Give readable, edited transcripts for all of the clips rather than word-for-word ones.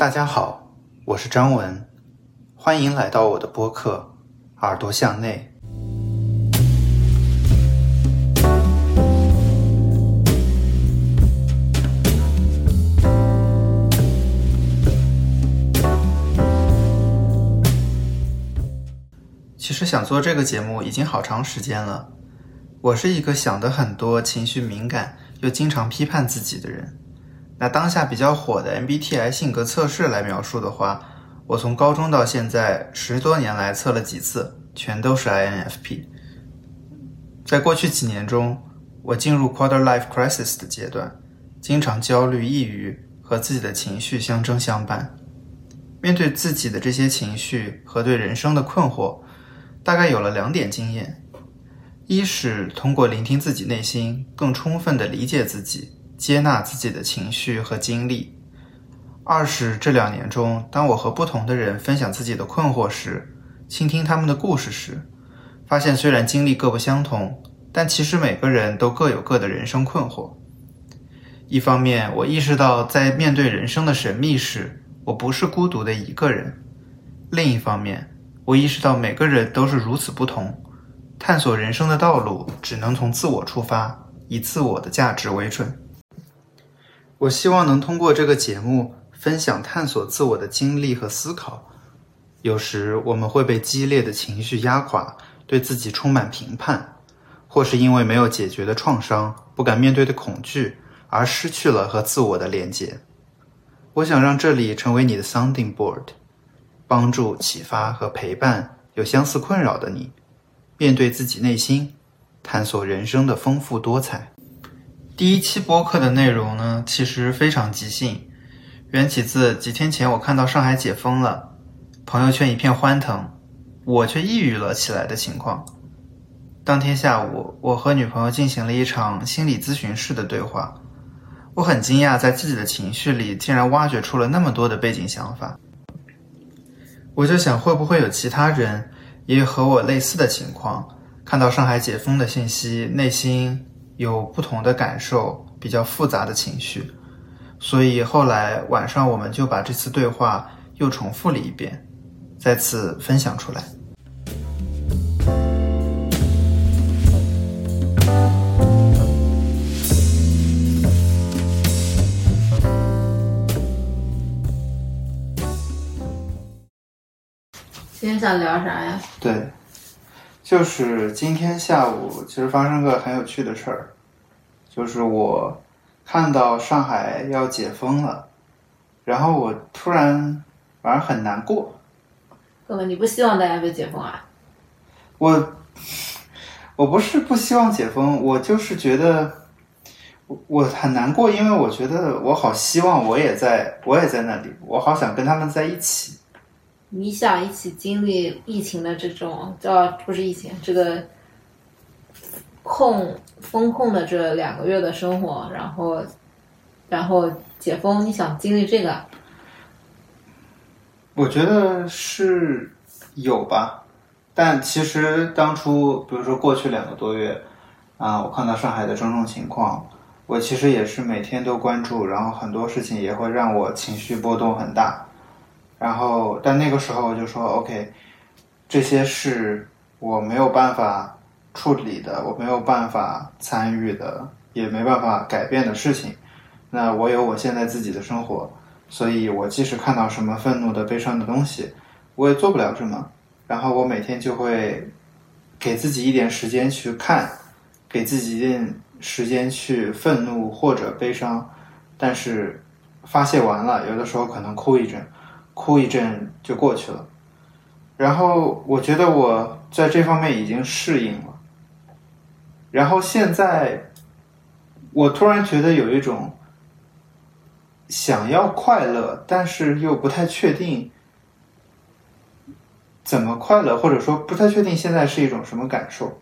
大家好，我是张文，欢迎来到我的播客耳朵向内。其实想做这个节目已经好长时间了。我是一个想得很多、情绪敏感又经常批判自己的人。拿当下比较火的 MBTI 性格测试来描述的话，我从高中到现在10多年来测了几次，全都是 INFP。在过去几年中，我进入 Quarter Life Crisis 的阶段，经常焦虑、抑郁和自己的情绪相争相伴。面对自己的这些情绪和对人生的困惑，大概有了2点经验。一是通过聆听自己内心，更充分地理解自己，接纳自己的情绪和经历。二是这2年中，当我和不同的人分享自己的困惑时，倾听他们的故事时，发现虽然经历各不相同，但其实每个人都各有各的人生困惑。一方面，我意识到在面对人生的神秘时，我不是孤独的一个人；另一方面，我意识到每个人都是如此不同，探索人生的道路只能从自我出发，以自我的价值为准。我希望能通过这个节目分享探索自我的经历和思考。有时我们会被激烈的情绪压垮，对自己充满评判，或是因为没有解决的创伤、不敢面对的恐惧，而失去了和自我的连结。我想让这里成为你的 sounding board， 帮助、启发和陪伴有相似困扰的你，面对自己内心，探索人生的丰富多彩。第1期播客的内容呢，其实非常即兴，缘起自几天前我看到上海解封了，朋友圈一片欢腾，我却抑郁了起来的情况。当天下午，我和女朋友进行了一场心理咨询式的对话，我很惊讶，在自己的情绪里竟然挖掘出了那么多的背景想法。我就想，会不会有其他人也有和我类似的情况，看到上海解封的信息，内心有不同的感受，比较复杂的情绪。所以后来晚上我们就把这次对话又重复了一遍，再次分享出来。 今天想聊啥呀？ 对，就是今天下午其实发生个很有趣的事儿，就是我看到上海要解封了，然后我突然反而很难过。 哥哥，你不希望大家被解封啊？ 我不是不希望解封，我就是觉得我很难过，因为我觉得我好希望我也在那里，我好想跟他们在一起。 你想一起经历疫情的这种不是疫情，这个封控的这2个月的生活，然后解封，你想经历这个？ 我觉得是有吧，但其实当初比如说过去2个多月我看到上海的种种情况，我其实也是每天都关注，然后很多事情也会让我情绪波动很大。然后但那个时候我就说 OK， 这些是我没有办法处理的，我没有办法参与的，也没办法改变的事情。那我有我现在自己的生活，所以我即使看到什么愤怒的、悲伤的东西，我也做不了什么。然后我每天就会给自己一点时间去看，给自己一点时间去愤怒或者悲伤，但是发泄完了，有的时候可能哭一阵就过去了。然后我觉得我在这方面已经适应了，然后现在我突然觉得有一种想要快乐，但是又不太确定怎么快乐，或者说不太确定现在是一种什么感受。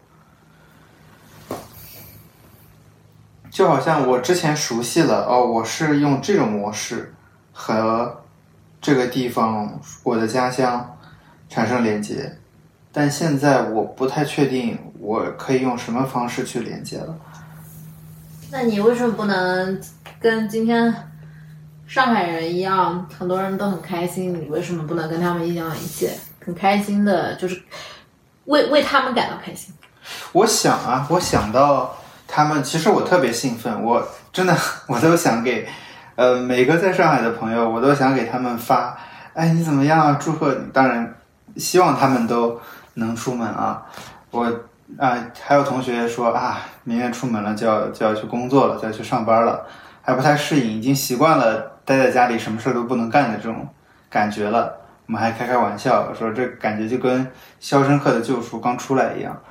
就好像我之前熟悉了我是用这种模式和这个地方，我的家乡产生连接，但现在我不太确定我可以用什么方式去连接了。 那你为什么不能跟今天上海人一样，很多人都很开心，你为什么不能跟他们一样一起很开心的，就是为他们感到开心？ 我想到他们，其实我特别兴奋，我真的我都想给每个在上海的朋友，我都想给他们发，哎，你怎么样啊？祝贺你！当然希望他们都能出门啊。还有同学说啊，明天出门了就要去工作了，就要去上班了，还不太适应，已经习惯了待在家里什么事都不能干的这种感觉了。我们还开玩笑说，这感觉就跟《肖申克的救赎》刚出来一样。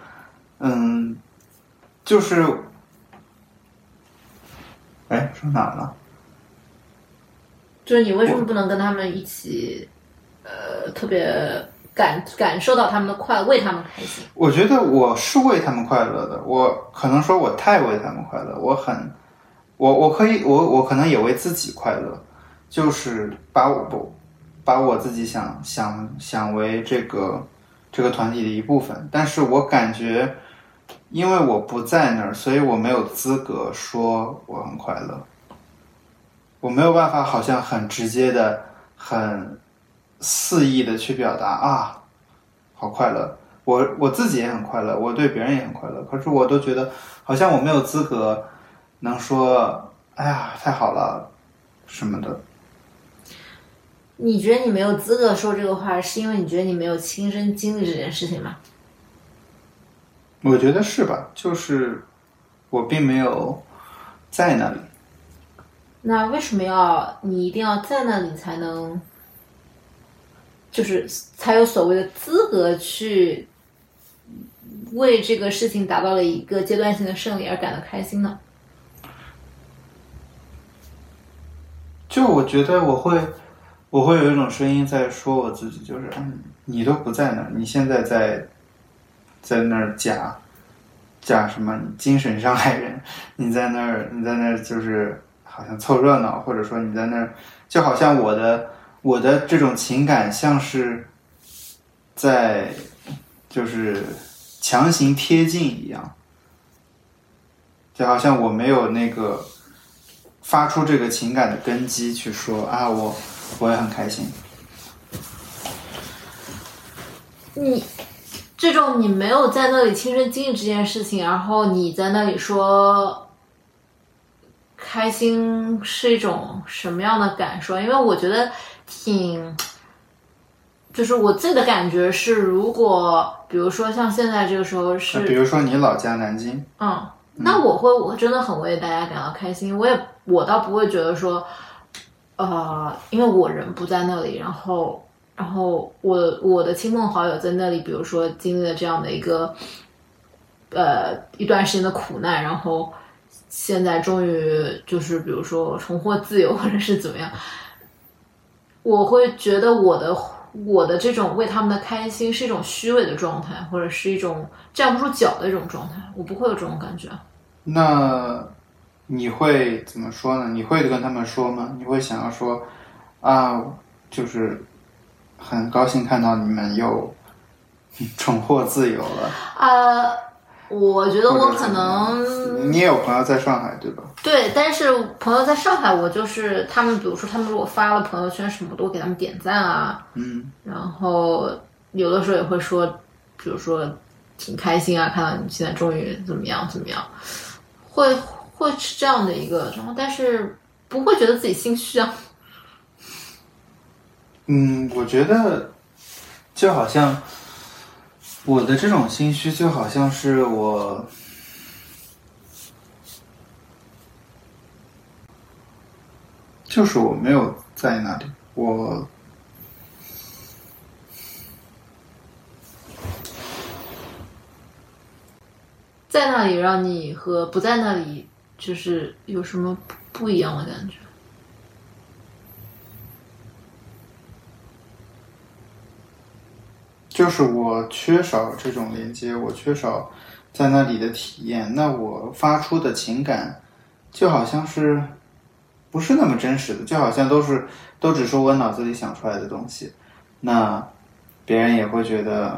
就是说哪了？ 就是你为什么不能跟他们一起，特别感受到他们的快乐，为他们开心？ 我觉得我是为他们快乐的，我可能说我太为他们快乐，我可能也为自己快乐，就是把我自己想为这个团体的一部分，但是我感觉，因为我不在那儿，所以我没有资格说我很快乐，我没有办法好像很直接的、很肆意的去表达啊，好快乐，我自己也很快乐，我对别人也很快乐，可是我都觉得好像我没有资格能说，哎呀，太好了什么的。 你觉得你没有资格说这个话，是因为你觉得你没有亲身经历这件事情吗？ 我觉得是吧，就是我并没有在那里。 那为什么你一定要在那里才能，就是才有所谓的资格去为这个事情达到了一个阶段性的胜利而感到开心呢？ 就我觉得我会有一种声音在说我自己，就是你都不在那儿，你现在在那儿假什么？你精神上海人，你在那儿就是好像凑热闹，或者说你在那儿，就好像我的这种情感像是在就是强行贴近一样，就好像我没有那个发出这个情感的根基去说啊，我也很开心。 你没有在那里亲身经历这件事情，然后你在那里说开心是一种什么样的感受？因为我觉得就是我自己的感觉是，如果比如说像现在这个时候是， 比如说你老家南京， 那我真的很为大家感到开心。我倒不会觉得说，因为我人不在那里，然后我的亲朋好友在那里，比如说经历了这样的一段时间的苦难，然后现在终于就是比如说重获自由或者是怎么样，我会觉得我的这种为他们的开心是一种虚伪的状态，或者是一种站不住脚的一种状态，我不会有这种感觉。 那你会怎么说呢？你会跟他们说吗？你会想要说啊，就是很高兴看到你们又重获自由了。 我觉得我可能你也有朋友在上海对吧？ 对，但是朋友在上海，我就是他们，比如说他们如果发了朋友圈什么，都给他们点赞啊，然后有的时候也会说，比如说挺开心啊，看到你现在终于怎么样，会是这样的一个状况，但是不会觉得自己心虚啊。 我觉得就好像我的这种心虚，就好像是就是我没有在那里，我在那里让你和不在那里就是有什么不一样的感觉？ 就是我缺少这种连接，我缺少在那里的体验，那我发出的情感就好像是不是那么真实的，就好像都只是我脑子里想出来的东西，那别人也会觉得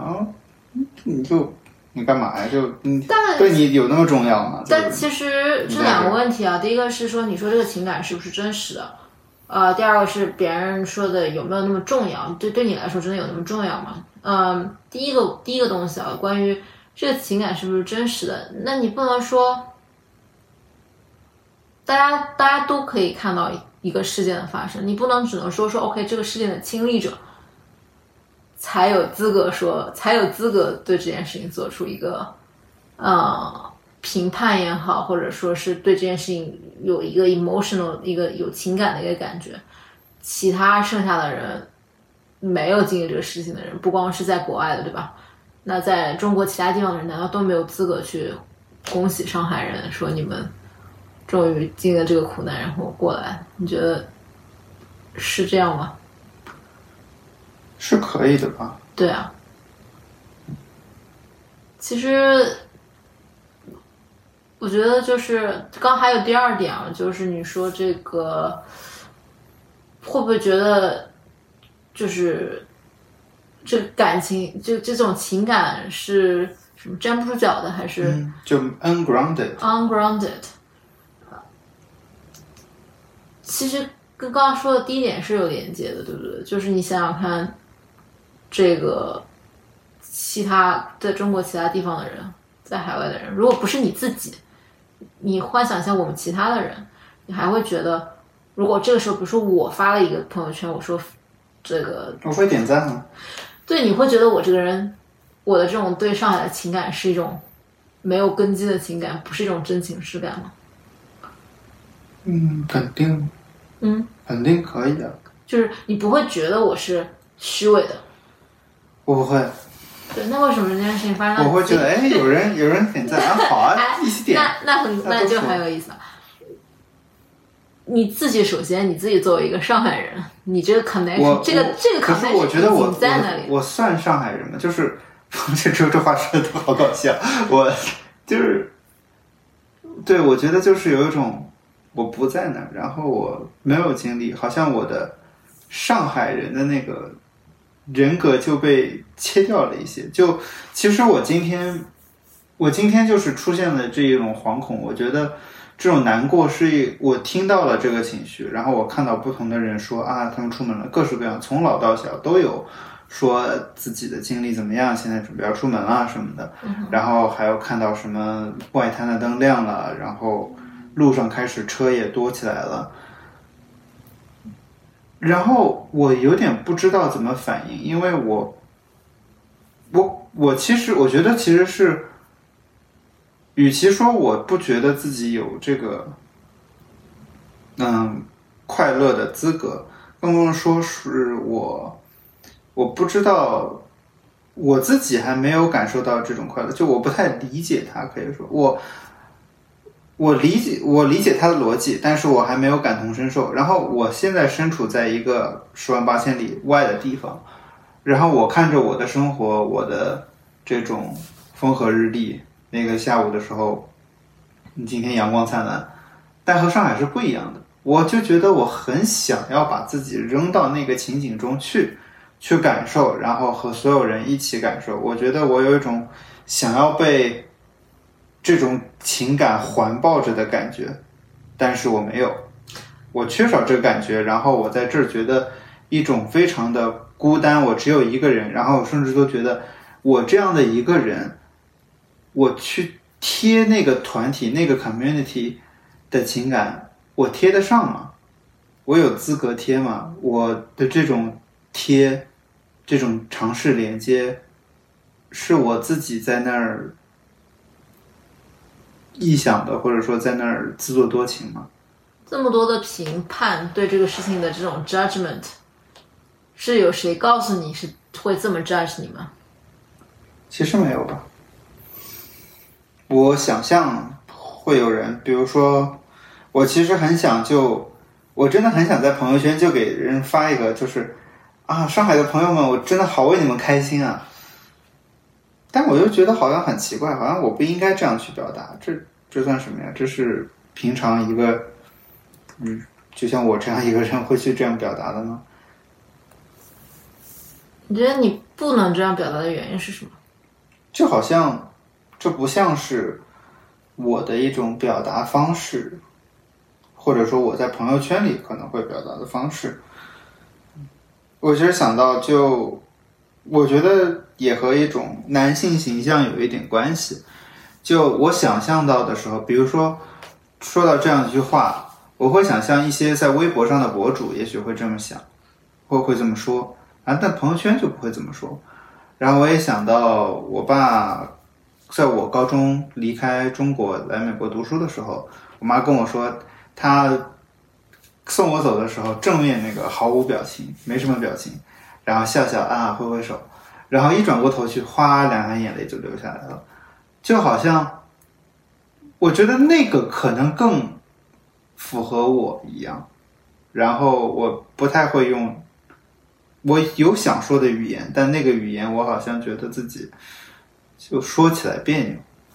你干嘛呀？对你有那么重要吗？ 但其实这两个问题啊，第一个是说，你说这个情感是不是真实的？ 第二个是别人说的有没有那么重要，对你来说真的有那么重要吗？第一个东西啊，关于这个情感是不是真实的，那你不能说大家都可以看到一个事件的发生，你不能只能说 OK 这个事件的亲历者才有资格对这件事情做出一个评判也好，或者说是对这件事情有一个 emotional 一个有情感的一个感觉，其他剩下的人没有经历这个事情的人，不光是在国外的，对吧？那在中国其他地方的人难道都没有资格去恭喜上海人，说你们终于经历了这个苦难然后过来？你觉得是这样吗？ 是可以的吧？ 对啊，其实我觉得就是刚还有第二点啊，就是你说这个会不会觉得就是这个感情这种情感是什么站不住脚的，还是就 ungrounded？ 其实跟刚刚说的第一点是有连接的，对不对？就是你想想看，这个其他在中国其他地方的人，在海外的人，如果不是你自己，你幻想一下我们其他的人，你还会觉得，如果这个时候比如说我发了一个朋友圈，我说这个， 我会点赞吗？ 对，你会觉得我这个人，我的这种对上海的情感是一种没有根基的情感，不是一种真情实感吗？ 肯定，肯定可以的。 就是你不会觉得我是虚伪的。 我不会。 对，那为什么这件事情发生？ 我会觉得，有人点赞啊，好啊，一起点。 那就很有意思了。你自己首先你自己作为一个上海人，你这个 connection，这个 connection 可是我觉得我在那里。 我算上海人吗？就是这话说的都好搞笑。我就是对，我觉得就是有一种我不在那儿，然后我没有经历，好像我的上海人的那个人格就被切掉了一些。就其实我今天就是出现了这一种惶恐，我觉得这种难过是我听到了这个情绪，然后我看到不同的人说啊，他们出门了，各式各样，从老到小都有说自己的经历怎么样，现在准备要出门了什么的，然后还有看到什么外滩的灯亮了，然后路上开始车也多起来了，然后我有点不知道怎么反应，因为我其实我觉得其实是，与其说我不觉得自己有这个快乐的资格，更多的说是我不知道，我自己还没有感受到这种快乐，就我不太理解它，可以说我理解他的逻辑，但是我还没有感同身受。然后我现在身处在一个108000里外的地方，然后我看着我的生活，我的这种风和日丽，那个下午的时候，今天阳光灿烂，但和上海是不一样的。我就觉得我很想要把自己扔到那个情景中去感受，然后和所有人一起感受。我觉得我有一种想要被这种情感环抱着的感觉，但是我没有，我缺少这个感觉，然后我在这儿觉得一种非常的孤单，我只有一个人，然后我甚至都觉得我这样的一个人，我去贴那个团体那个 community 的情感，我贴得上吗？我有资格贴吗？我的这种贴，这种尝试连接，是我自己在那儿臆想的，或者说在那儿自作多情吗？ 这么多的评判对这个事情的这种 judgment， 是有谁告诉你是会这么 judge 你吗？ 其实没有吧。我想象会有人，比如说，我其实很想我真的很想在朋友圈就给人发一个，就是啊，上海的朋友们，我真的好为你们开心啊。但我又觉得好像很奇怪，好像我不应该这样去表达，这算什么呀？这是平常一个，就像我这样一个人会去这样表达的吗？ 你觉得你不能这样表达的原因是什么？ 就好像这不像是我的一种表达方式， 或者说我在朋友圈里可能会表达的方式。我其实想到我觉得也和一种男性形象有一点关系。就我想象到的时候，比如说说到这样一句话，我会想象一些在微博上的博主也许会这么想，会这么说啊，但朋友圈就不会这么说。然后我也想到我爸在我高中离开中国来美国读书的时候，我妈跟我说，她送我走的时候正面那个毫无表情，没什么表情，然后笑笑啊，挥挥手，然后一转过头去，哗，两行眼泪就流下来了。就好像我觉得那个可能更符合我一样，然后我不太会用，我有想说的语言，但那个语言我好像觉得自己就说起来别扭。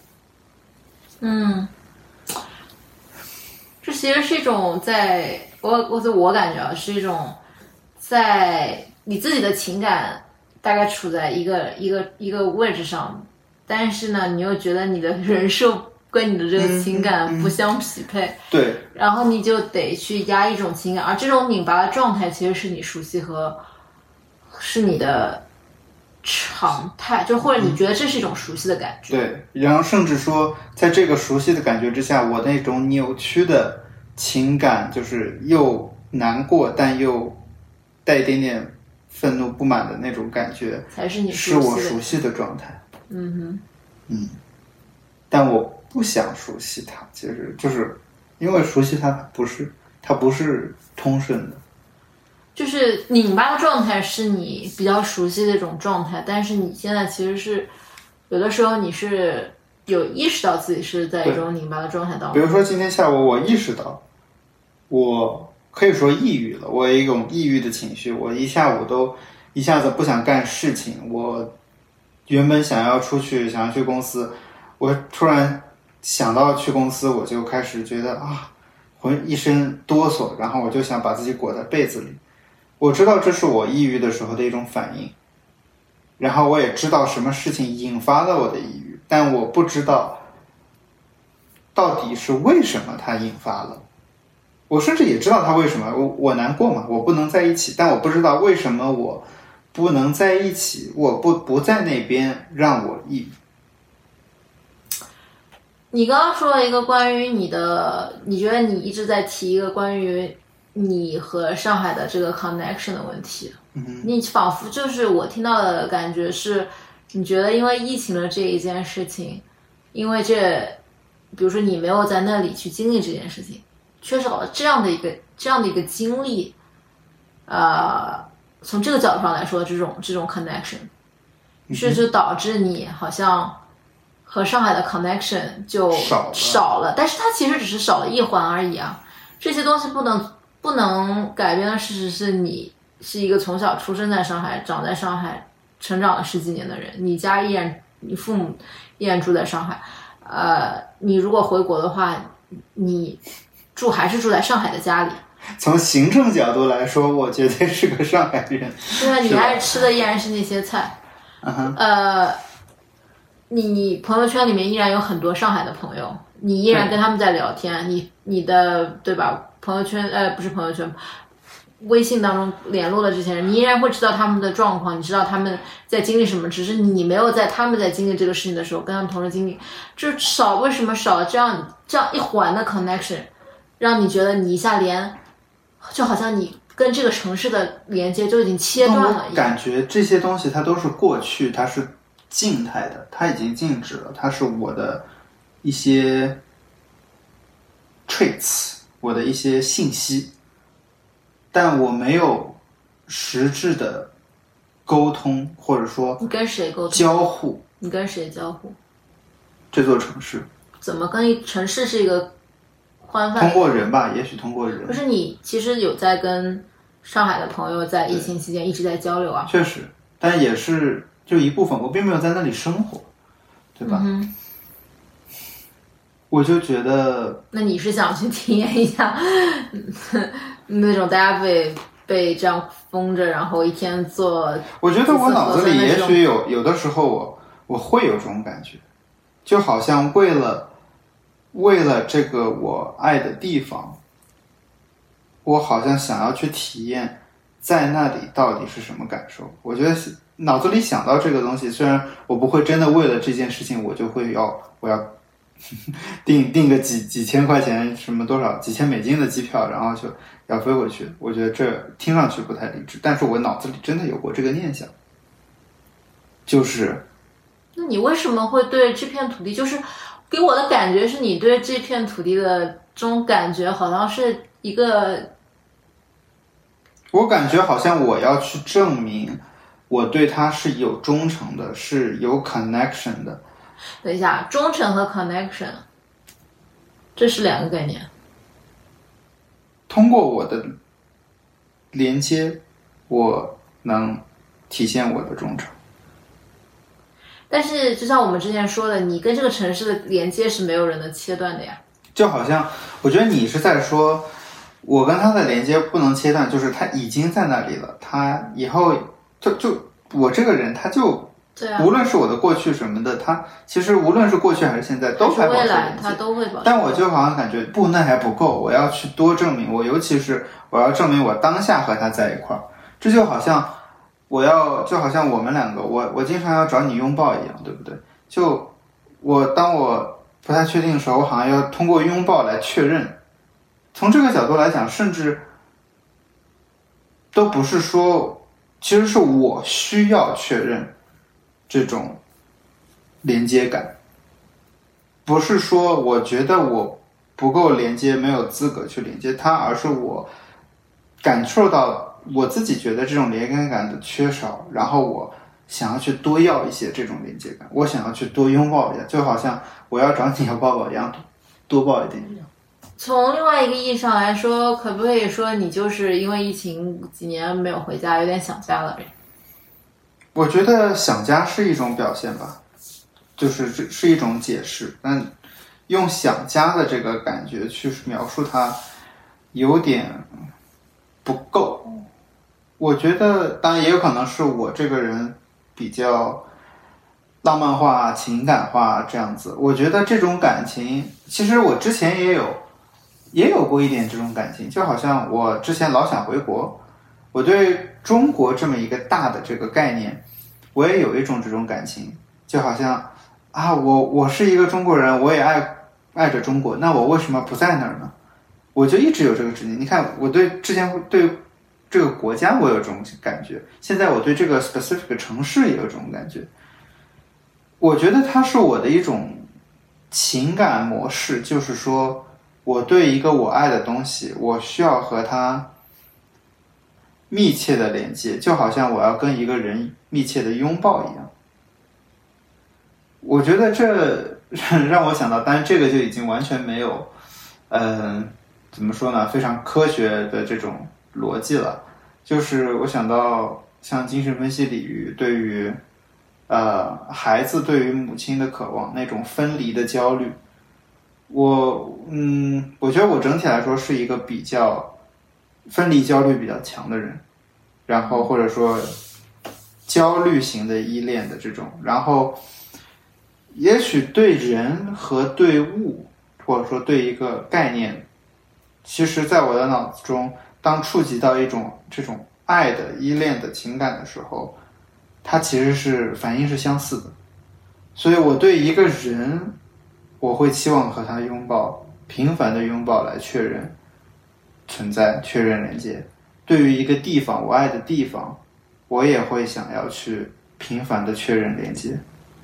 这其实是一种我感觉是一种在你自己的情感大概处在一个位置上，但是呢，你又觉得你的人设跟你的这个情感不相匹配， 对， 然后你就得去压一种情感，而这种拧巴的状态其实是你熟悉和是你的常态，就或者你觉得这是一种熟悉的感觉。 对，然后甚至说，在这个熟悉的感觉之下，我那种扭曲的情感，就是又难过但又带一点点愤怒不满的那种感觉， 才是你是我熟悉的状态。但我不想熟悉它，其实就是因为熟悉它不是通顺的。 就是拧巴的状态是你比较熟悉的一种状态，但是你现在其实是有的时候你是有意识到自己是在一种拧巴的状态当中。 比如说今天下午我意识到我可以说抑郁了，我有一种抑郁的情绪，我一下午都一下子不想干事情，我原本想要去公司，我突然想到去公司，我就开始觉得浑一身哆嗦，然后我就想把自己裹在被子里。我知道这是我抑郁的时候的一种反应，然后我也知道什么事情引发了我的抑郁，但我不知道到底是为什么它引发了。我甚至也知道它为什么，我难过嘛，我不能在一起，但我不知道为什么我不能在一起，我不在那边让我抑郁。 你刚刚说了一个关于你觉得你一直在提一个关于你和上海的这个 connection 的问题，你仿佛就是我听到的感觉是，你觉得因为疫情的这一件事情，因为比如说你没有在那里去经历这件事情，缺少了这样的一个经历，从这个角度上来说，这种 connection， 就导致你好像和上海的 connection 就少了，但是它其实只是少了一环而已啊。这些东西不能改变的事实是，你是一个从小出生在上海、长在上海、成长了10几年的人，你父母依然住在上海。你如果回国的话，你还是住在上海的家里。 从行政角度来说，我绝对是个上海人。 对啊，你还是吃的依然是那些菜。你朋友圈里面依然有很多上海的朋友，你依然跟他们在聊天，你的对吧？朋友圈不是朋友圈，微信当中联络的这些人，你依然会知道他们的状况，你知道他们在经历什么，只是你没有在他们在经历这个事情的时候跟他们同时经历，就为什么少了这样一环的 connection， 让你觉得你一下就好像你跟这个城市的连接就已经切断了一样。 我感觉这些东西它都是过去，它是静态的，它已经静止了，它是我的一些 traits， 我的一些信息，但我没有实质的沟通，或者说你跟谁沟通？ 交互？ 你跟谁交互？ 这座城市怎么跟城市是一个宽泛？ 通过人吧，也许通过人。 不是，你其实有在跟上海的朋友在疫情期间一直在交流啊。 确实，但也是就一部分，我并没有在那里生活，对吧？我就觉得， 那你是想去体验一下那种大家被这样封着，然后一天做？ 我觉得我脑子里也许有的时候我会有这种感觉，就好像为了这个我爱的地方， 我好像想要去体验在那里到底是什么感受。我觉得脑子里想到这个东西，虽然我不会真的为了这件事情我就会我要订个几千块钱什么多少几千美金的机票，然后就要飞回去。我觉得这听上去不太理智，但是我脑子里真的有过这个念想。就是那你为什么会对这片土地，就是给我的感觉是你对这片土地的这种感觉好像是一个， 我感觉好像我要去证明我对它是有忠诚的，是有 connection 的。 等一下，忠诚和 connection 这是两个概念。 通过我的连接，我能体现我的忠诚。 但是就像我们之前说的，你跟这个城市的连接是没有人能切断的呀。 就好像我觉得你是在说我跟他的连接不能切断，就是他已经在那里了，他以后就我这个人他就对啊， 无论是我的过去什么的，他其实无论是过去还是现在都还保持未来连接， 他都会保持。 但我就好像感觉不，那还不够，我要去多证明我，尤其是我要证明我当下和他在一块儿。这就好像就好像我们两个，我经常要找你拥抱一样，对不对？就当我不太确定的时候，我好像要通过拥抱来确认。从这个角度来讲，甚至都不是说，其实是我需要确认这种连接感，不是说我觉得我不够连接，没有资格去连接它，而是我感受到我自己觉得这种连接感的缺少，然后我想要去多要一些这种连接感，我想要去多拥抱一下，就好像我要找你要抱抱一样，多抱一点一样。 从另外一个意义上来说，可不可以说你就是因为疫情几年没有回家，有点想家了？ 我觉得想家是一种表现吧，就是这是一种解释，但用想家的这个感觉去描述它，有点不够。我觉得，当然也有可能是我这个人比较浪漫化、情感化这样子。我觉得这种感情，其实我之前也有过一点这种感情，就好像我之前老想回国，我对中国这么一个大的这个概念，我也有一种这种感情，就好像啊，我是一个中国人，我也爱着中国，那我为什么不在那儿呢？我就一直有这个执念。你看，我之前对这个国家我有这种感觉，现在我对这个 specific 城市也有这种感觉。我觉得它是我的一种情感模式，就是说我对一个我爱的东西，我需要和它密切的连接，就好像我要跟一个人密切的拥抱一样。我觉得这让我想到，当然这个就已经完全没有怎么说呢，非常科学的这种逻辑了。就是我想到像精神分析领域对于孩子对于母亲的渴望，那种分离的焦虑，我觉得我整体来说是一个比较分离焦虑比较强的人，然后或者说焦虑型的依恋的这种，然后也许对人和对物，或者说对一个概念，其实在我的脑子中，当触及到一种这种爱的依恋的情感的时候，它其实是反应是相似的。所以我对一个人，我会期望和他拥抱，频繁的拥抱来确认存在，确认连接。对于一个地方，我爱的地方，我也会想要去频繁的确认连接。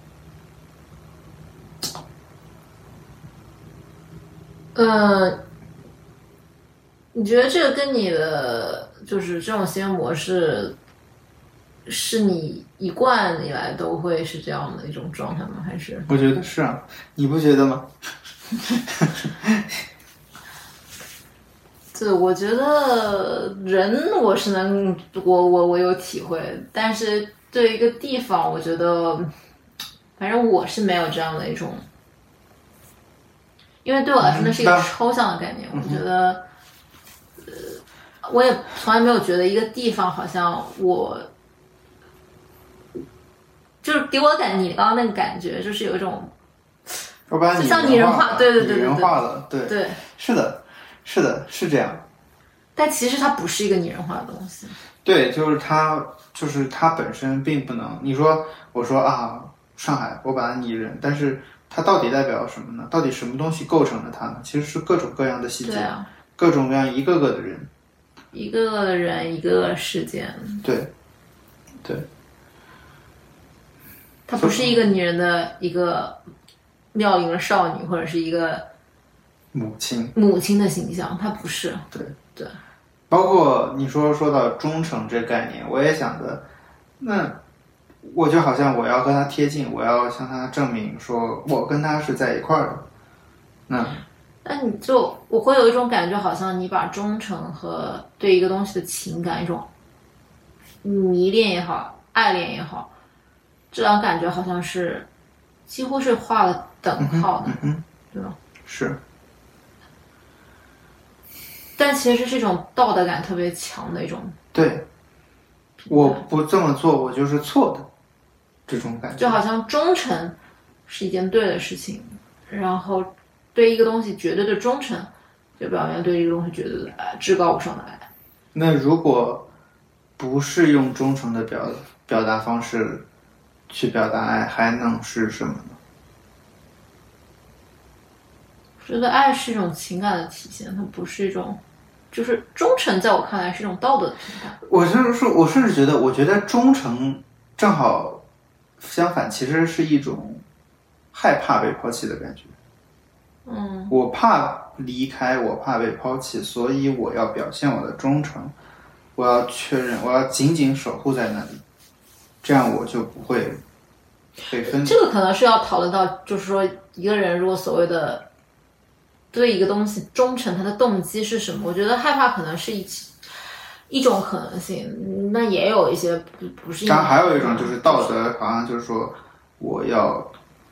你觉得这个跟你的就是这种行为模式，是你一贯以来都会是这样的一种状态吗？还是？ 我觉得是啊，你不觉得吗？ 对，我觉得人我是能，我有体会，但是对一个地方，我觉得，反正我是没有这样的一种，因为对我来说那是一个抽象的概念，我觉得，我也从来没有觉得一个地方好像就是给我感，你刚刚那个感觉就是有一种， 我把你像拟人化，对， 拟人化了，对， 对， 是的，是这样。 但其实它不是一个拟人化的东西。 对，就是它本身并不能，你说我说啊，上海我把它拟人，但是它到底代表什么呢？到底什么东西构成了它呢？其实是各种各样的细节，各种各样一个个的人， 一个个的人，一个个事件。 对， 它不是一个拟人的一个妙龄的少女，或者是一个母亲的形象，它不是。对， 包括你说到忠诚这概念，我也想着，那我就好像我要和他贴近，我要向他证明说我跟他是在一块儿的。 那你就我会有一种感觉，好像你把忠诚和对一个东西的情感，一种迷恋也好，爱恋也好，这样感觉好像是几乎是画了等号的，对吧？ 是。 但其实是一种道德感特别强的一种。 对，我不这么做，我就是错的，这种感觉。 就好像忠诚是一件对的事情，然后对一个东西绝对的忠诚，就表明对一个东西绝对的爱，至高无上的爱。 那如果不是用忠诚的表达方式去表达爱，还能是什么呢？ 我觉得爱是一种情感的体现，它不是一种，就是忠诚，在我看来是一种道德的评判。 我甚至觉得，我觉得忠诚正好相反，其实是一种害怕被抛弃的感觉。我怕离开，我怕被抛弃，所以我要表现我的忠诚，我要确认，我要紧紧守护在那里，这样我就不会被分。 这个可能是要讨论到，就是说一个人如果所谓的对一个东西忠诚，他的动机是什么？我觉得害怕可能是一种可能性，那也有一些不是。 当然还有一种就是道德，好像就是说我要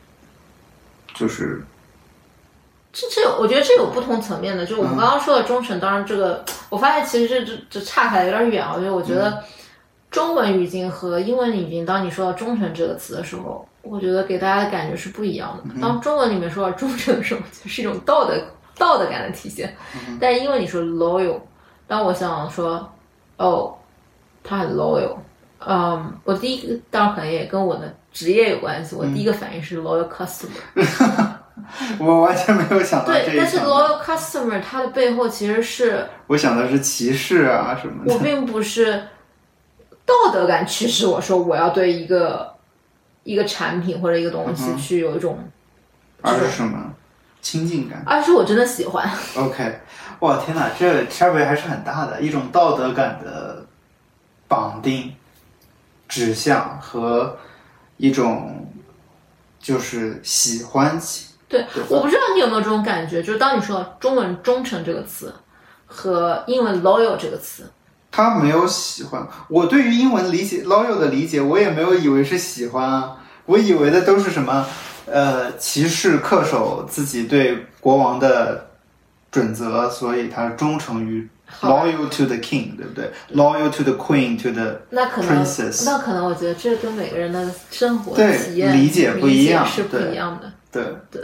就是我觉得这有不同层面的。就我们刚刚说的忠诚，当然这个我发现其实这岔开有点远啊。我觉得中文语境和英文语境，当你说到忠诚这个词的时候，我觉得给大家的感觉是不一样的。当中文里面说到忠诚的时候，就是一种道德感的体现，但是因为你说 loyal， 当我想说他很 loyal， 我第一个当然可能也跟我的职业有关系，我第一个反应是 loyal customer。 我完全没有想到这一层。 对，但是 loyal customer 它的背后其实是， 我想的是歧视啊什么的。 我并不是道德感驱使我说我要对一个产品或者一个东西去有一种， 而是什么亲近感？ 而是我真的喜欢。 OK， 哇天哪，这差别还是很大的，一种道德感的绑定、指向和一种就是喜欢。 对，我不知道你有没有这种感觉，就是当你说到中文忠诚这个词和英文 loyal 这个词， 他没有喜欢。我对于英文理解 loyal 的理解，我也没有以为是喜欢啊，我以为的都是什么骑士恪守自己对国王的准则，所以他忠诚于 loyal to the king， 对不对？ loyal to the queen to the princess。 那可能我觉得这跟每个人的生活体验理解不一样， 是不一样的。 对，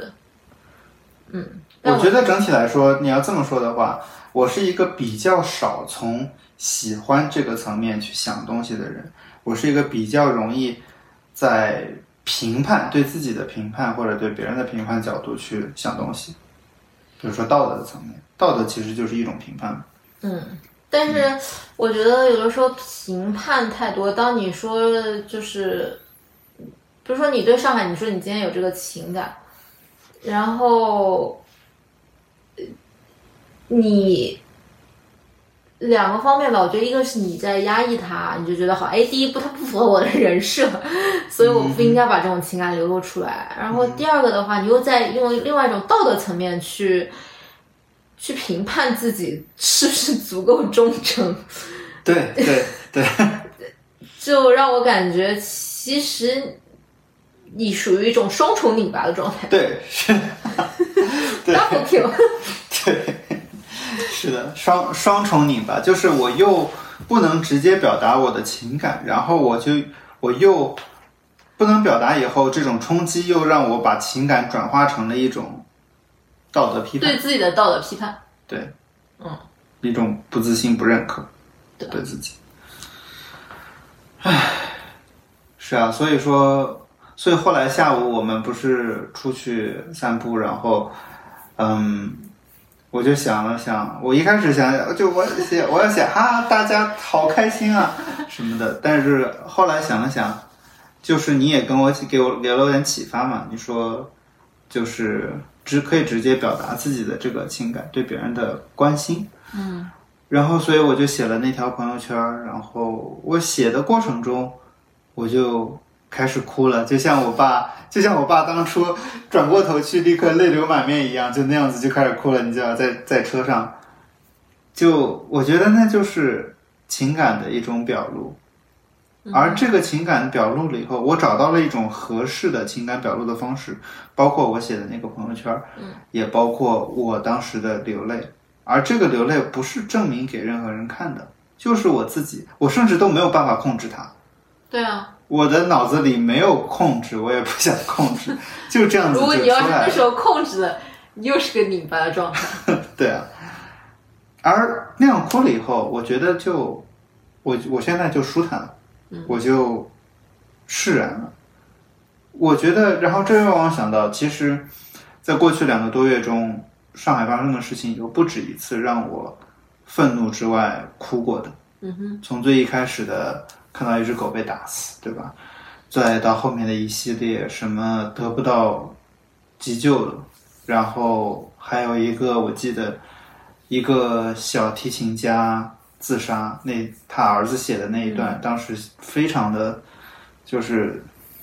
我觉得整体来说，你要这么说的话，我是一个比较少从喜欢这个层面去想东西的人，我是一个比较容易在评判，对自己的评判或者对别人的评判角度去想东西。比如说道德的层面，道德其实就是一种评判。 但是我觉得有的时候评判太多，当你说就是比如说你对上海，你说你今天有这个情感，然后你两个方面吧，我觉得一个是你在压抑它，你就觉得好，第一步它不符合我的人设，所以我不应该把这种情感流露出来。然后第二个的话，你又在用另外一种道德层面去评判自己是不是足够忠诚。 对， 就让我感觉其实你属于一种双重拧巴的状态。 对，是 double kill。 对，是的，双重拧巴，就是我又不能直接表达我的情感，然后我又不能表达，以后这种冲击又让我把情感转化成了一种道德批判， 对自己的道德批判。 对， 一种不自信、不认可对自己。唉，是啊，所以后来下午我们不是出去散步，然后我就想了想，我一开始想就我要写大家好开心啊什么的，但是后来想了想，就是你也给了我点启发嘛，你说就是可以直接表达自己的这个情感，对别人的关心，然后所以我就写了那条朋友圈，然后我写的过程中我就开始哭了，就像我爸当初转过头去立刻泪流满面一样，就那样子就开始哭了，你知道，在车上，就我觉得那就是情感的一种表露。而这个情感表露了以后，我找到了一种合适的情感表露的方式，包括我写的那个朋友圈，也包括我当时的流泪。而这个流泪不是证明给任何人看的，就是我自己，我甚至都没有办法控制它。 对啊， 我的脑子里没有控制，我也不想控制，就这样子就出来了。 如果你要是那时候控制了，你又是个拧巴的状态。 对啊，而那样哭了以后，我觉得我现在就舒坦了，我就释然了。我觉得，然后这又让我想到，其实在过去2个多月中，上海发生的事情有不止一次让我愤怒之外哭过的。从最一开始的看到一只狗被打死，对吧？再到后面的一系列什么得不到急救了，然后还有一个我记得一个小提琴家自杀，他儿子写的那一段，当时非常的就是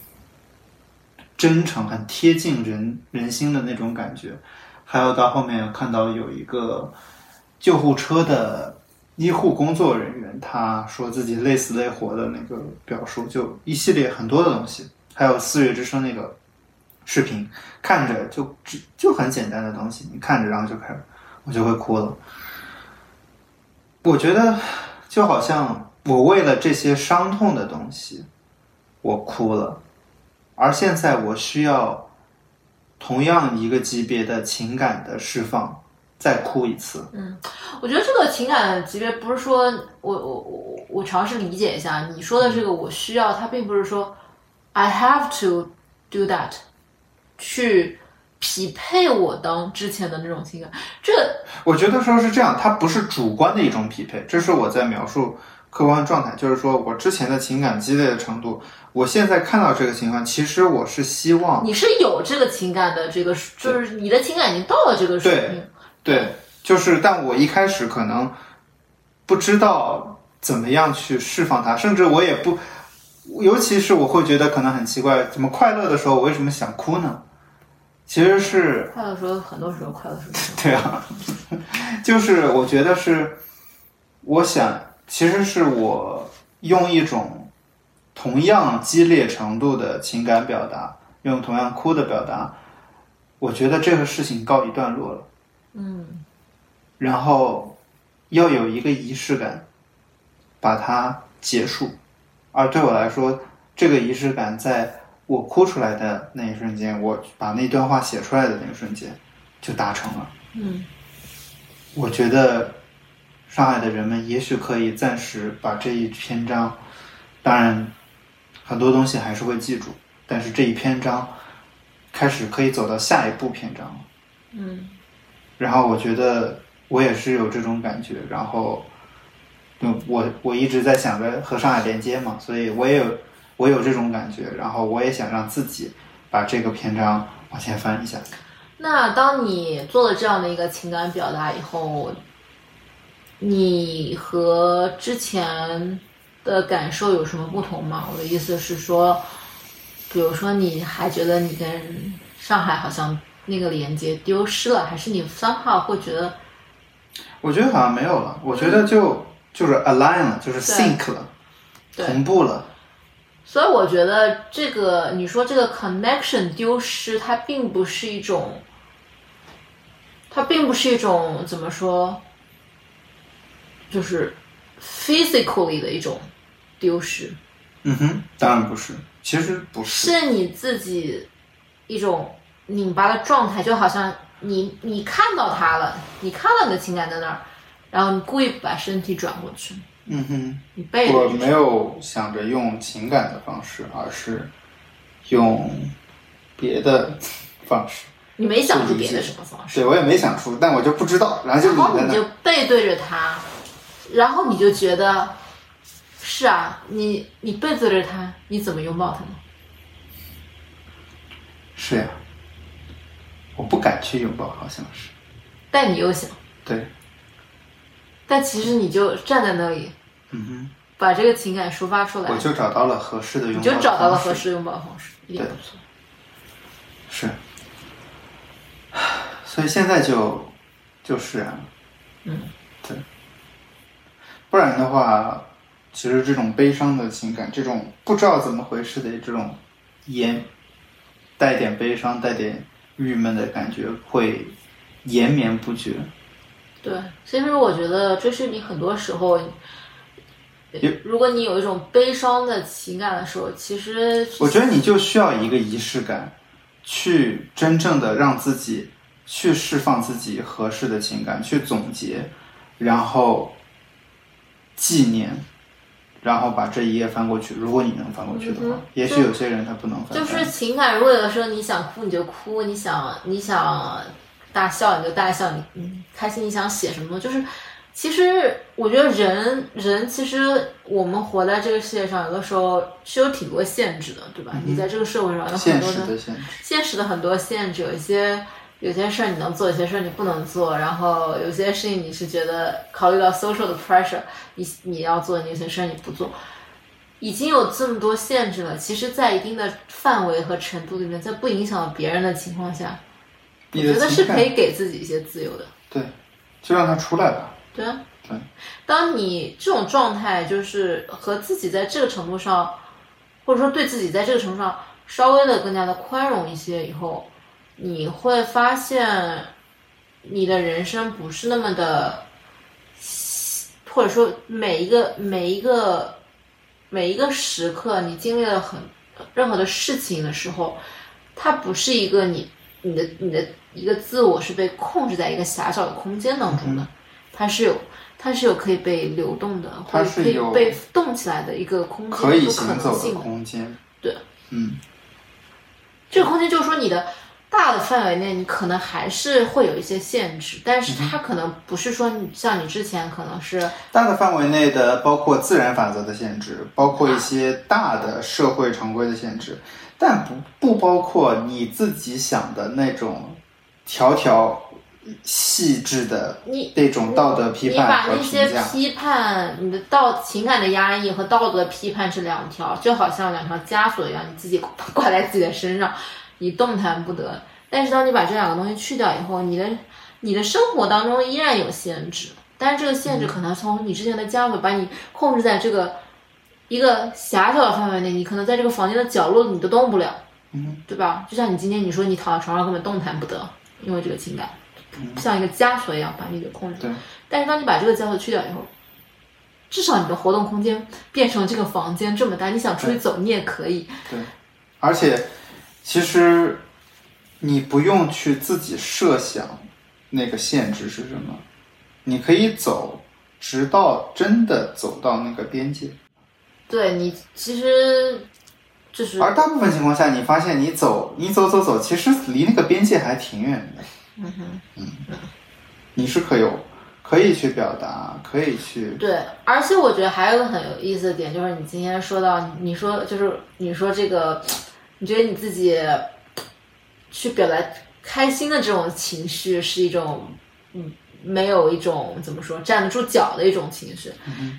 真诚，很贴近人心的那种感觉。还有到后面看到有一个救护车的医护工作人员，他说自己累死累活的那个表述，就一系列很多的东西。还有4月之声那个视频，看着就很简单的东西，你看着然后我就会哭了。我觉得就好像我为了这些伤痛的东西我哭了，而现在我需要同样一个级别的情感的释放，再哭一次。 我觉得这个情感的级别不是说我尝试理解一下你说的这个我需要，它并不是说 I have to do that 去匹配我之前的那种情感。这我觉得说是这样，它不是主观的一种匹配，这是我在描述客观状态，就是说我之前的情感积累的程度，我现在看到这个情况，其实我是希望你是有这个情感的，这个就是你的情感已经到了这个水平。 对，就是但我一开始可能不知道怎么样去释放它，甚至我也不，尤其是我会觉得可能很奇怪，怎么快乐的时候我为什么想哭呢？其实是快乐的时候，很多时候快乐的时候。 对啊，就是我觉得是，我想其实是我用一种同样激烈程度的情感表达，用同样哭的表达，我觉得这个事情告一段落了。然后要有一个仪式感把它结束，而对我来说这个仪式感在我哭出来的那一瞬间，我把那段话写出来的那一瞬间就达成了。我觉得上海的人们也许可以暂时把这一篇章，当然很多东西还是会记住，但是这一篇章开始可以走到下一步篇章了。然后我觉得我也是有这种感觉，然后我一直在想着和上海连接嘛，所以我有这种感觉，然后我也想让自己把这个篇章往前翻一下。 那当你做了这样的一个情感表达以后，你和之前的感受有什么不同吗？我的意思是说，比如说你还觉得你跟上海好像那个连接丢失了，还是你somehow会觉得？ 我觉得好像没有了，我觉得就是 align 了，就是 sync 了，同步了。 所以我觉得这个你说这个 connection 丢失，它并不是一种怎么说，就是 physically 的一种丢失。 当然不是，其实不是， 是你自己一种拧巴的状态，就好像你看到它了，你看到你的情感在那儿， 然后你故意把身体转过去，你背着我没有想着用情感的方式，而是用别的方式。 你没想出别的什么方式？ 对，我也没想出，但我就不知道，然后就然后你就背对着他，然后你就觉得是啊，你背对着他，你怎么拥抱他呢？ 是呀，我不敢去拥抱，好像是。 但你又想， 对。 但其实你就站在那里，把这个情感抒发出来， 我就找到了合适的拥抱方式， 你就找到了合适的拥抱方式，一点不错。 是。所以现在就是啊，对。不然的话，其实这种悲伤的情感，这种不知道怎么回事的这种带点悲伤、带点郁闷的感觉，会延绵不绝。 对，其实我觉得这是你很多时候，如果你有一种悲伤的情感的时候，其实我觉得你就需要一个仪式感，去真正的让自己去释放自己合适的情感，去总结，然后纪念，然后把这一页翻过去。如果你能翻过去的话，也许有些人他不能翻。 就是情感，如果有的时候你想哭你就哭，你想大笑你就大笑，你开心你想写什么，就是其实我觉得人其实我们活在这个世界上，有的时候是有挺多限制的，对吧？你在这个社会上有很多的现实的很多限制，有些事儿你能做，有些事儿你不能做，然后有些事情你是觉得考虑到 social 的 pressure， 你要做，有些事儿你不做，已经有这么多限制了。其实，在一定的范围和程度里面，在不影响别人的情况下，我觉得是可以给自己一些自由的。 对，就让它出来吧。 对啊，对。当你这种状态就是和自己在这个程度上，或者说对自己在这个程度上稍微的更加的宽容一些以后，你会发现你的人生不是那么的，或者说每一个时刻，你经历了任何的事情的时候，它不是一个你的一个自我是被控制在一个狭小的空间当中的，它是有可以被流动的，或者可以被动起来的一个空间， 可以行走的空间。 对，这个空间就是说你的大的范围内，你可能还是会有一些限制，但是它可能不是说像你之前可能是大的范围内的，包括自然法则的限制，包括一些大的社会常规的限制，但不包括你自己想的那种条细致的那种道德批判和评价。 你把那些批判，你的情感的压抑和道德批判这两条，就好像两条枷锁一样，你自己挂在自己的身上，你动弹不得。但是当你把这两个东西去掉以后，你的生活当中依然有限制，但是这个限制可能从你之前的枷锁把你控制在这个一个狭小的范围内，你可能在这个房间的角落你都动不了，对吧？就像你今天你说你躺在床上根本动弹不得，因为这个情感像一个枷锁一样把你给控制。但是当你把这个枷锁去掉以后，至少你的活动空间变成这个房间这么大，你想出去走你也可以。 对，而且其实你不用去自己设想那个限制是什么，你可以走，直到真的走到那个边界。 对，你其实就是， 而大部分情况下，你发现你走，其实离那个边界还挺远的。你是可以去表达，可以去。 对，而且我觉得还有一个很有意思的点，就是你今天说到，你说这个，你觉得你自己去表达开心的这种情绪是一种，没有一种怎么说站得住脚的一种情绪。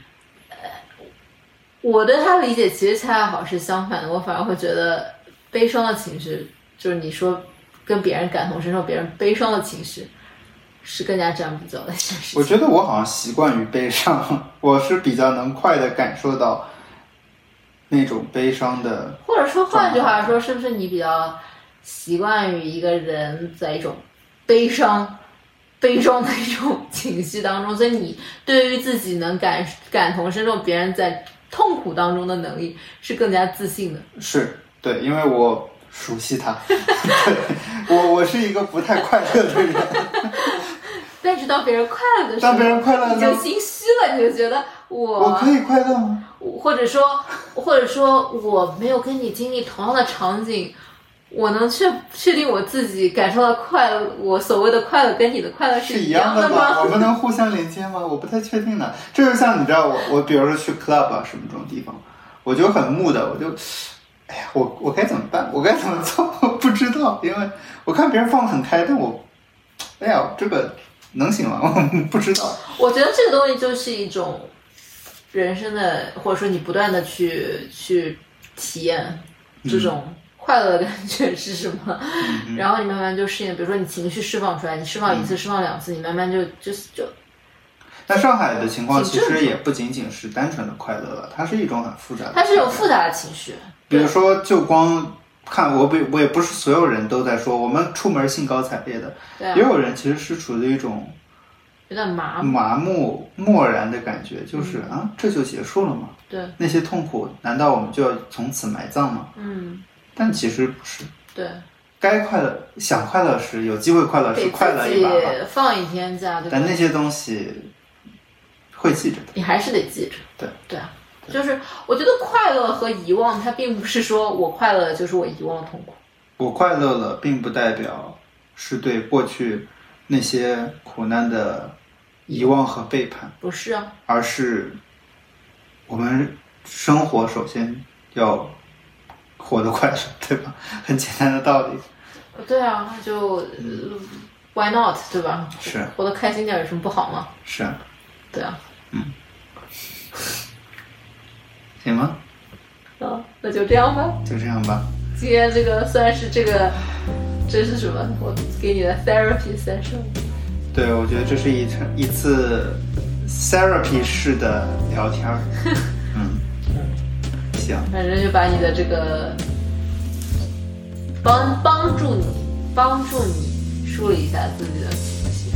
我对他的理解其实恰好是相反的，我反而会觉得悲伤的情绪，就是你说跟别人感同身受，别人悲伤的情绪是更加站不脚的事情。 我觉得我好像习惯于悲伤，我是比较能快的感受到那种悲伤的， 或者说换句话说，是不是你比较习惯于一个人在一种悲伤的一种情绪当中，所以你对于自己能感同身受别人在痛苦当中的能力是更加自信的。 是，对，因为我熟悉他。对，我是一个不太快乐的人。 但是当别人快乐的时候， 当别人快乐你就心虚了，你就觉得我可以快乐吗？ 或者说我没有跟你经历同样的场景，我能确定我自己感受到快乐，我所谓的快乐跟你的快乐是一样的吗？ 我们能互相连接吗？我不太确定呢。这就像你知道我比如说去 club 啊什么这种地方，我就很木的，我就哎呀，我该怎么办？我该怎么做？我不知道，因为我看别人放得很开，但我哎呀，这个能行吗？我不知道。 我觉得这个东西就是一种人生的，或者说你不断的去体验这种快乐的感觉是什么，然后你慢慢就适应。比如说你情绪释放出来，你释放一次，释放两次，你慢慢就。 但上海的情况其实也不仅仅是单纯的快乐了，它是一种很复杂的。 它是有复杂的情绪。 比如说，就光看我也不是所有人都在说我们出门兴高采烈的，也有人其实是处于一种有点麻木漠然的感觉，就是这就结束了吗？ 对， 那些痛苦难道我们就要从此埋葬吗？但其实不是。 对， 该快乐想快乐时，有机会快乐时快乐一把吧， 放一天假，对吧？ 但那些东西会记着的， 你还是得记着。对啊， 就是我觉得快乐和遗忘，它并不是说我快乐就是我遗忘了痛苦。 我快乐了，并不代表是对过去那些苦难的遗忘和背叛， 不是啊， 而是我们生活首先要活得快乐，对吧？很简单的道理。 对啊，就why not， 对吧？ 是， 活得开心点有什么不好吗？ 是， 对啊， 行吗？ 那就这样吧。 就这样吧。 今天这个算是这是什么？我给你的 therapy session。 对，我觉得这是一次 therapy 式的聊天。行。 反正就把你的这个帮助你梳理一下自己的情绪。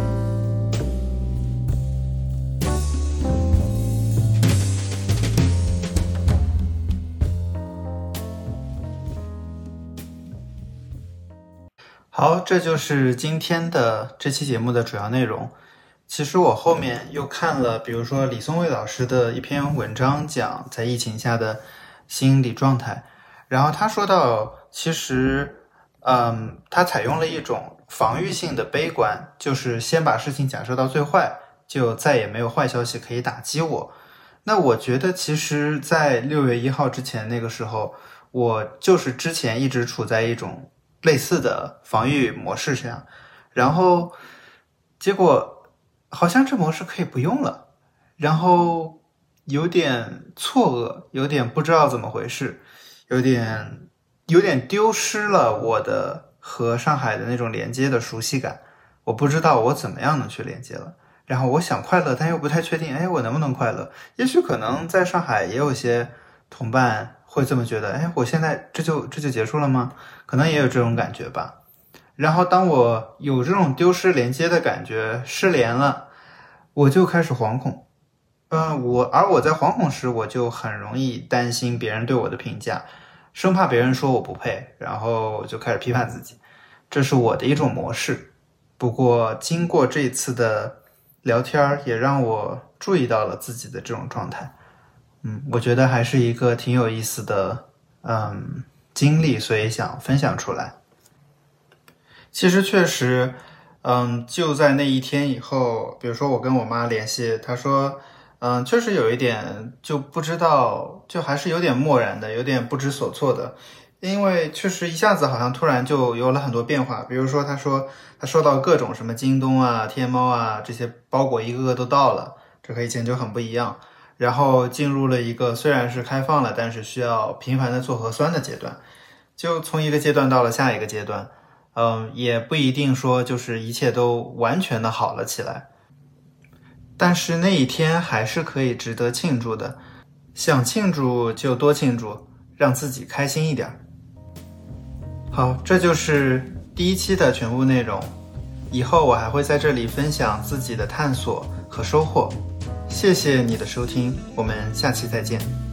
好，这就是今天的这期节目的主要内容。其实我后面又看了，比如说李松蔚老师的一篇文章，讲在疫情下的心理状态。然后他说到，其实，他采用了一种防御性的悲观，就是先把事情假设到最坏，就再也没有坏消息可以打击我。那我觉得，其实，在6月1号之前那个时候，我就是之前一直处在一种类似的防御模式上，然后结果好像这模式可以不用了，然后有点错愕，有点不知道怎么回事，有点丢失了我的和上海的那种连接的熟悉感，我不知道我怎么样能去连接了。然后我想快乐，但又不太确定，我能不能快乐？也许可能在上海也有些同伴会这么觉得，我现在这就结束了吗？可能也有这种感觉吧。然后当我有这种丢失连接的感觉，失联了，我就开始惶恐。我在惶恐时，我就很容易担心别人对我的评价，生怕别人说我不配，然后就开始批判自己。这是我的一种模式。不过经过这一次的聊天，也让我注意到了自己的这种状态。我觉得还是一个挺有意思的经历，所以想分享出来。其实确实就在那一天以后，比如说我跟我妈联系，她说确实有一点就不知道，就还是有点漠然的，有点不知所措的，因为确实一下子好像突然就有了很多变化。比如说她说她收到各种什么京东啊、天猫啊，这些包裹一个个都到了，这和以前就很不一样。然后进入了一个虽然是开放了，但是需要频繁的做核酸的阶段，就从一个阶段到了下一个阶段。也不一定说就是一切都完全的好了起来，但是那一天还是可以值得庆祝的，想庆祝就多庆祝，让自己开心一点。好，这就是第1期的全部内容，以后我还会在这里分享自己的探索和收获。谢谢你的收听，我们下期再见。